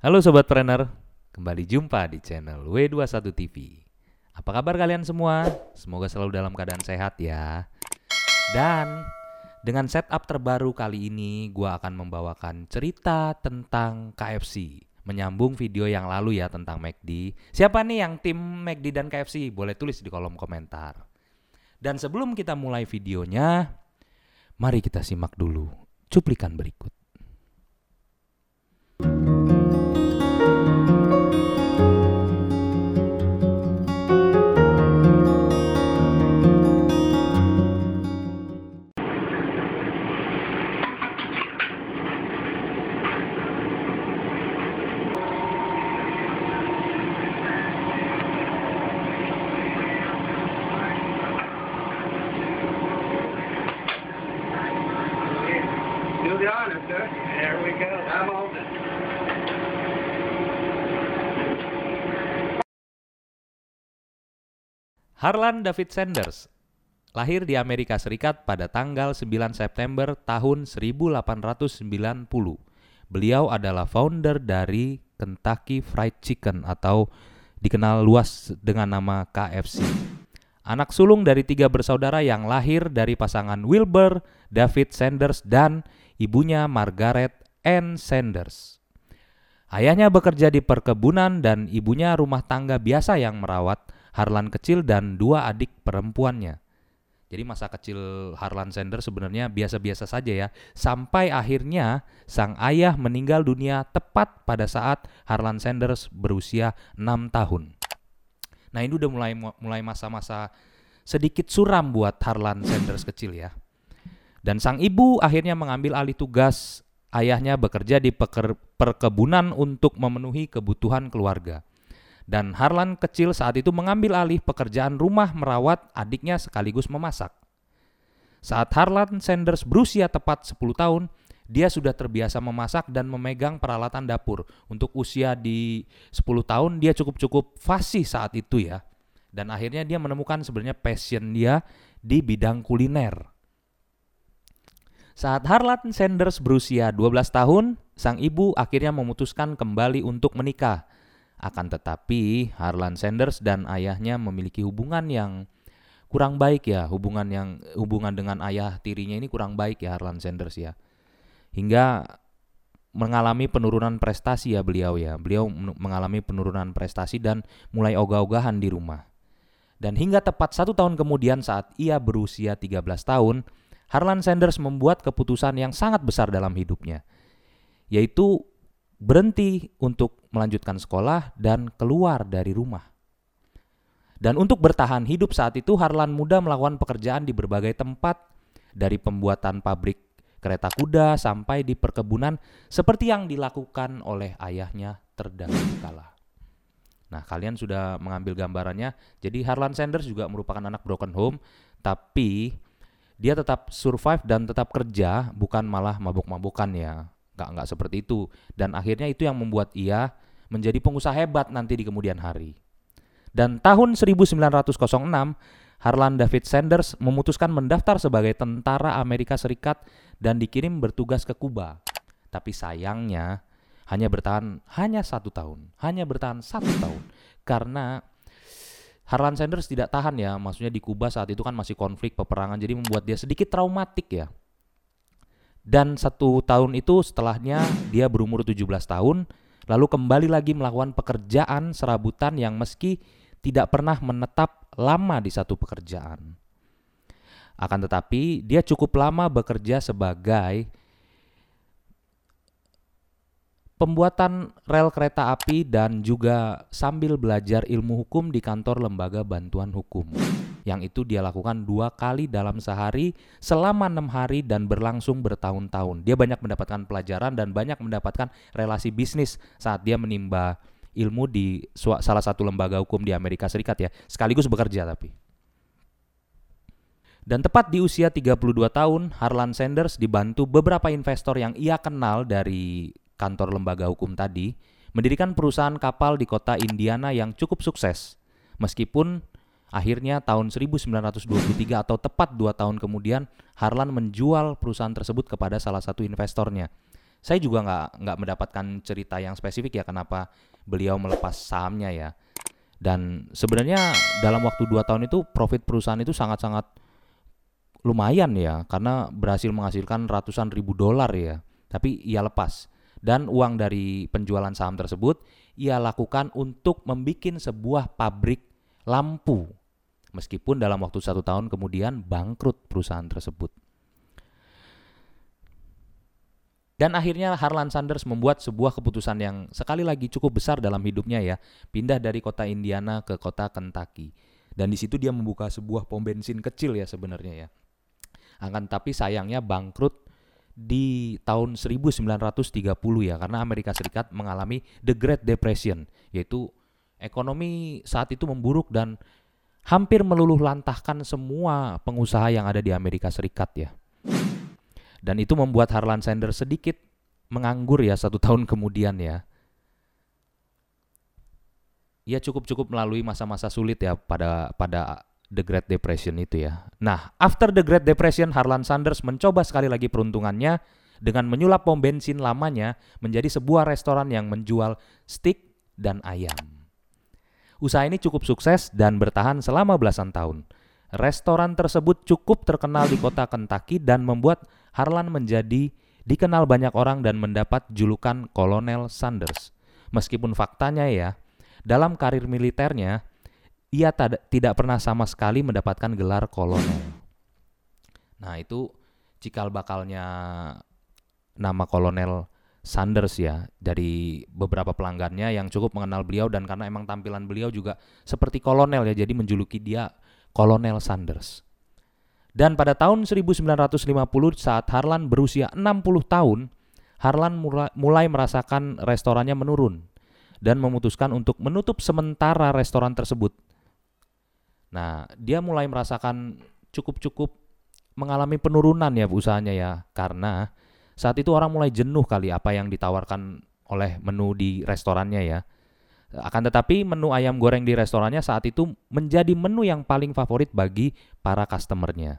Halo Sobat Trainer, kembali jumpa di channel W21 TV. Apa kabar kalian semua? Semoga selalu dalam keadaan sehat ya. Dan dengan setup terbaru kali ini, gua akan membawakan cerita tentang KFC. Menyambung video yang lalu ya tentang McD. Siapa nih yang tim McD dan KFC? Boleh tulis di kolom komentar. Dan sebelum kita mulai videonya, mari kita simak dulu cuplikan berikut. Do the honor, sir. There we go. I'm on it. Harlan David Sanders lahir di Amerika Serikat pada tanggal 9 September tahun 1890. Beliau adalah founder dari Kentucky Fried Chicken atau dikenal luas dengan nama KFC. Anak sulung dari 3 bersaudara yang lahir dari pasangan Wilbur David Sanders dan ibunya Margaret Ann Sanders. Ayahnya bekerja di perkebunan dan ibunya rumah tangga biasa yang merawat Harlan kecil dan 2 adik perempuannya. Jadi masa kecil Harlan Sanders sebenarnya biasa-biasa saja ya. Sampai akhirnya sang ayah meninggal dunia tepat pada saat Harlan Sanders berusia 6 tahun. Nah ini udah mulai masa-masa sedikit suram buat Harlan Sanders kecil ya. Dan sang ibu akhirnya mengambil alih tugas ayahnya bekerja di perkebunan untuk memenuhi kebutuhan keluarga. Dan Harlan kecil saat itu mengambil alih pekerjaan rumah merawat adiknya sekaligus memasak. Saat Harlan Sanders berusia tepat 10 tahun, dia sudah terbiasa memasak dan memegang peralatan dapur. Untuk usia di 10 tahun dia cukup fasih saat itu ya. Dan akhirnya dia menemukan sebenarnya passion dia di bidang kuliner. Saat Harlan Sanders berusia 12 tahun, sang ibu akhirnya memutuskan kembali untuk menikah. Akan tetapi Harlan Sanders dan ayahnya memiliki hubungan yang kurang baik ya. Hubungan dengan ayah tirinya ini kurang baik ya Harlan Sanders ya. Hingga mengalami penurunan prestasi ya beliau ya. Beliau mengalami penurunan prestasi dan mulai ogah-ogahan di rumah. Dan hingga tepat 1 tahun kemudian saat ia berusia 13 tahun, Harlan Sanders membuat keputusan yang sangat besar dalam hidupnya, yaitu berhenti untuk melanjutkan sekolah dan keluar dari rumah. Dan untuk bertahan hidup saat itu Harlan muda melakukan pekerjaan di berbagai tempat, dari pembuatan pabrik kereta kuda sampai di perkebunan seperti yang dilakukan oleh ayahnya terdahulu kala. Nah, kalian sudah mengambil gambarannya. Jadi Harlan Sanders juga merupakan anak broken home, tapi dia tetap survive dan tetap kerja, bukan malah mabuk-mabukan ya. Nggak seperti itu. Dan akhirnya itu yang membuat ia menjadi pengusaha hebat nanti di kemudian hari. Dan tahun 1906, Harlan David Sanders memutuskan mendaftar sebagai tentara Amerika Serikat dan dikirim bertugas ke Kuba. Tapi sayangnya hanya bertahan 1 tahun. Hanya bertahan 1 tahun. Karena Harlan Sanders tidak tahan ya, maksudnya di Kuba saat itu kan masih konflik peperangan, jadi membuat dia sedikit traumatik ya. Dan 1 tahun itu setelahnya dia berumur 17 tahun, lalu kembali lagi melakukan pekerjaan serabutan yang meski tidak pernah menetap lama di satu pekerjaan. Akan tetapi dia cukup lama bekerja sebagai pembuatan rel kereta api dan juga sambil belajar ilmu hukum di kantor lembaga bantuan hukum. Yang itu dia lakukan 2 kali dalam sehari selama 6 hari dan berlangsung bertahun-tahun. Dia banyak mendapatkan pelajaran dan banyak mendapatkan relasi bisnis saat dia menimba ilmu di salah satu lembaga hukum di Amerika Serikat ya. Sekaligus bekerja tapi. Dan tepat di usia 32 tahun, Harlan Sanders dibantu beberapa investor yang ia kenal dari kantor lembaga hukum tadi, mendirikan perusahaan kapal di kota Indiana yang cukup sukses. Meskipun akhirnya tahun 1923 atau tepat 2 tahun kemudian, Harlan menjual perusahaan tersebut kepada salah satu investornya. Saya juga nggak mendapatkan cerita yang spesifik ya kenapa beliau melepas sahamnya ya. Dan sebenarnya dalam waktu 2 tahun itu profit perusahaan itu sangat-sangat lumayan ya, karena berhasil menghasilkan ratusan ribu dolar ya. Tapi ia lepas. Dan uang dari penjualan saham tersebut ia lakukan untuk membuat sebuah pabrik lampu. Meskipun dalam waktu 1 tahun kemudian bangkrut perusahaan tersebut. Dan akhirnya Harlan Sanders membuat sebuah keputusan yang sekali lagi cukup besar dalam hidupnya ya, pindah dari kota Indiana ke kota Kentucky. Dan di situ dia membuka sebuah pom bensin kecil ya sebenarnya ya. Akan tapi sayangnya bangkrut di tahun 1930 ya, karena Amerika Serikat mengalami The Great Depression, yaitu ekonomi saat itu memburuk dan hampir meluluh lantahkan semua pengusaha yang ada di Amerika Serikat ya. Dan itu membuat Harlan Sanders sedikit menganggur ya 1 tahun kemudian ya. Ia cukup melalui masa-masa sulit ya pada The Great Depression itu ya. Nah, after The Great Depression, Harlan Sanders mencoba sekali lagi peruntungannya dengan menyulap pom bensin lamanya menjadi sebuah restoran yang menjual steak dan ayam. Usaha ini cukup sukses dan bertahan selama belasan tahun. Restoran tersebut cukup terkenal di kota Kentucky dan membuat Harlan menjadi dikenal banyak orang dan mendapat julukan Kolonel Sanders. Meskipun faktanya ya, dalam karir militernya, ia tidak pernah sama sekali mendapatkan gelar kolonel. Nah itu cikal bakalnya nama Kolonel Sanders ya, dari beberapa pelanggannya yang cukup mengenal beliau dan karena emang tampilan beliau juga seperti kolonel ya, jadi menjuluki dia Kolonel Sanders. Dan pada tahun 1950 saat Harlan berusia 60 tahun, Harlan mulai merasakan restorannya menurun dan memutuskan untuk menutup sementara restoran tersebut. Nah, dia mulai merasakan cukup mengalami penurunan ya usahanya ya, karena saat itu orang mulai jenuh kali apa yang ditawarkan oleh menu di restorannya ya. Akan tetapi menu ayam goreng di restorannya saat itu menjadi menu yang paling favorit bagi para customernya.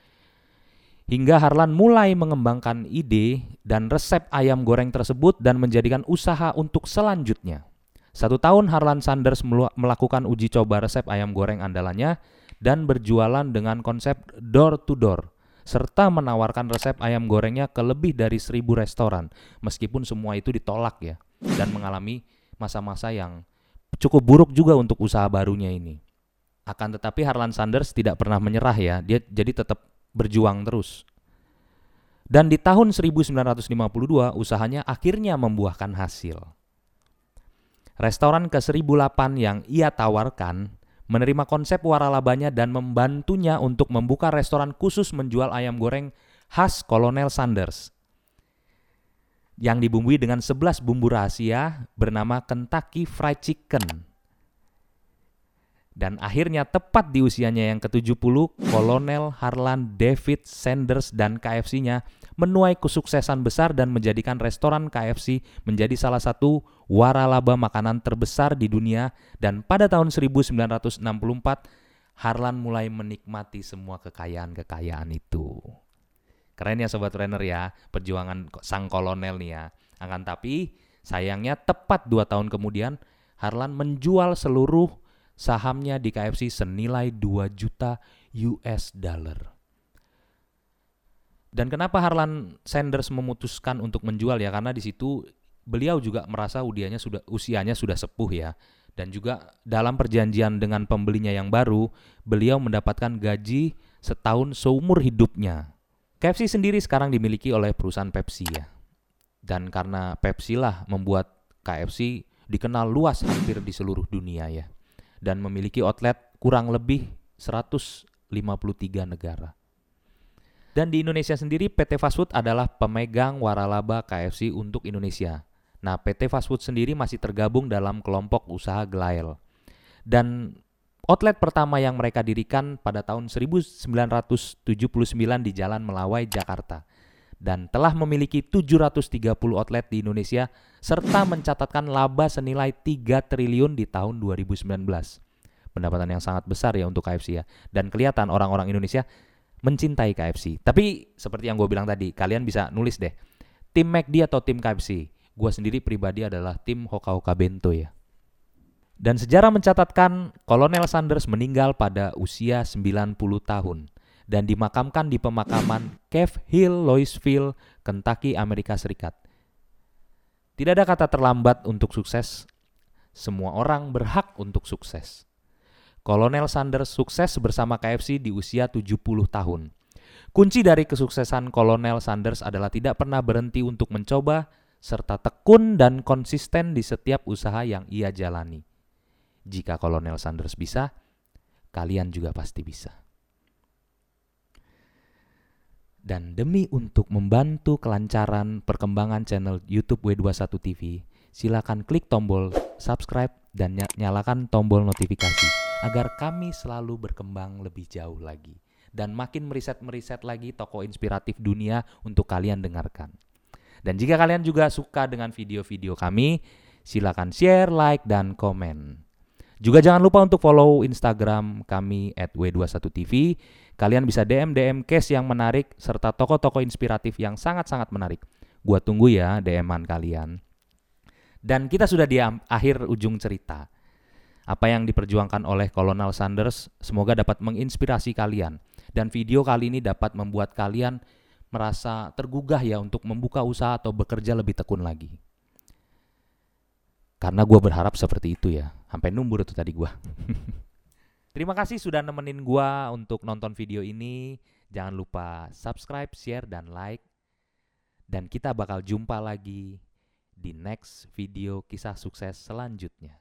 Hingga Harlan mulai mengembangkan ide dan resep ayam goreng tersebut dan menjadikan usaha untuk selanjutnya. 1 tahun Harlan Sanders melakukan uji coba resep ayam goreng andalannya dan berjualan dengan konsep door to door, serta menawarkan resep ayam gorengnya ke lebih dari 1.000 restoran, meskipun semua itu ditolak ya, dan mengalami masa-masa yang cukup buruk juga untuk usaha barunya ini. Akan tetapi Harlan Sanders tidak pernah menyerah ya, dia jadi tetap berjuang terus. Dan di tahun 1952 usahanya akhirnya membuahkan hasil. Restoran ke-1008 yang ia tawarkan menerima konsep waralabanya dan membantunya untuk membuka restoran khusus menjual ayam goreng khas Kolonel Sanders yang dibumbui dengan 11 bumbu rahasia bernama Kentucky Fried Chicken. Dan akhirnya tepat di usianya yang ke-70, Kolonel Harlan David Sanders dan KFC-nya menuai kesuksesan besar dan menjadikan restoran KFC menjadi salah satu waralaba makanan terbesar di dunia. Dan pada tahun 1964, Harlan mulai menikmati semua kekayaan itu. Keren ya Sobat Trainer ya, perjuangan sang kolonel nih ya. Akan tapi sayangnya tepat 2 tahun kemudian Harlan menjual seluruh sahamnya di KFC senilai 2 juta US dollar. Dan kenapa Harlan Sanders memutuskan untuk menjual ya? Karena di situ beliau juga merasa usianya sudah sepuh ya. Dan juga dalam perjanjian dengan pembelinya yang baru, beliau mendapatkan gaji setahun seumur hidupnya. KFC sendiri sekarang dimiliki oleh perusahaan Pepsi ya. Dan karena Pepsi lah membuat KFC dikenal luas hampir di seluruh dunia ya. Dan memiliki outlet kurang lebih 153 negara. Dan di Indonesia sendiri PT Fast Food adalah pemegang waralaba KFC untuk Indonesia. Nah, PT Fast Food sendiri masih tergabung dalam kelompok usaha Glael. Dan outlet pertama yang mereka dirikan pada tahun 1979 di Jalan Melawai, Jakarta. Dan telah memiliki 730 outlet di Indonesia serta mencatatkan laba senilai 3 triliun di tahun 2019. Pendapatan yang sangat besar ya untuk KFC ya. Dan kelihatan orang-orang Indonesia mencintai KFC. Tapi seperti yang gue bilang tadi, kalian bisa nulis deh tim McD atau tim KFC? Gua sendiri pribadi adalah tim Hoka Hoka Bento ya. Dan sejarah mencatatkan Kolonel Sanders meninggal pada usia 90 tahun dan dimakamkan di pemakaman Cave Hill, Louisville, Kentucky, Amerika Serikat. Tidak ada kata terlambat untuk sukses. Semua orang berhak untuk sukses. Kolonel Sanders sukses bersama KFC di usia 70 tahun. Kunci dari kesuksesan Kolonel Sanders adalah tidak pernah berhenti untuk mencoba serta tekun dan konsisten di setiap usaha yang ia jalani. Jika Kolonel Sanders bisa, kalian juga pasti bisa. Dan demi untuk membantu kelancaran perkembangan channel YouTube W21 TV, silakan klik tombol subscribe dan nyalakan tombol notifikasi agar kami selalu berkembang lebih jauh lagi dan makin meriset lagi tokoh inspiratif dunia untuk kalian dengarkan. Dan jika kalian juga suka dengan video-video kami, silakan share, like, dan komen. Juga jangan lupa untuk follow Instagram kami @w21tv. Kalian bisa DM case yang menarik serta tokoh-tokoh inspiratif yang sangat-sangat menarik. Gua tunggu ya DM-an kalian. Dan kita sudah di akhir ujung cerita. Apa yang diperjuangkan oleh Kolonel Sanders semoga dapat menginspirasi kalian. Dan video kali ini dapat membuat kalian merasa tergugah ya untuk membuka usaha atau bekerja lebih tekun lagi. Karena gue berharap seperti itu ya. Sampai numbur itu tadi gue. Terima kasih sudah nemenin gue untuk nonton video ini. Jangan lupa subscribe, share, dan like. Dan kita bakal jumpa lagi di next video kisah sukses selanjutnya.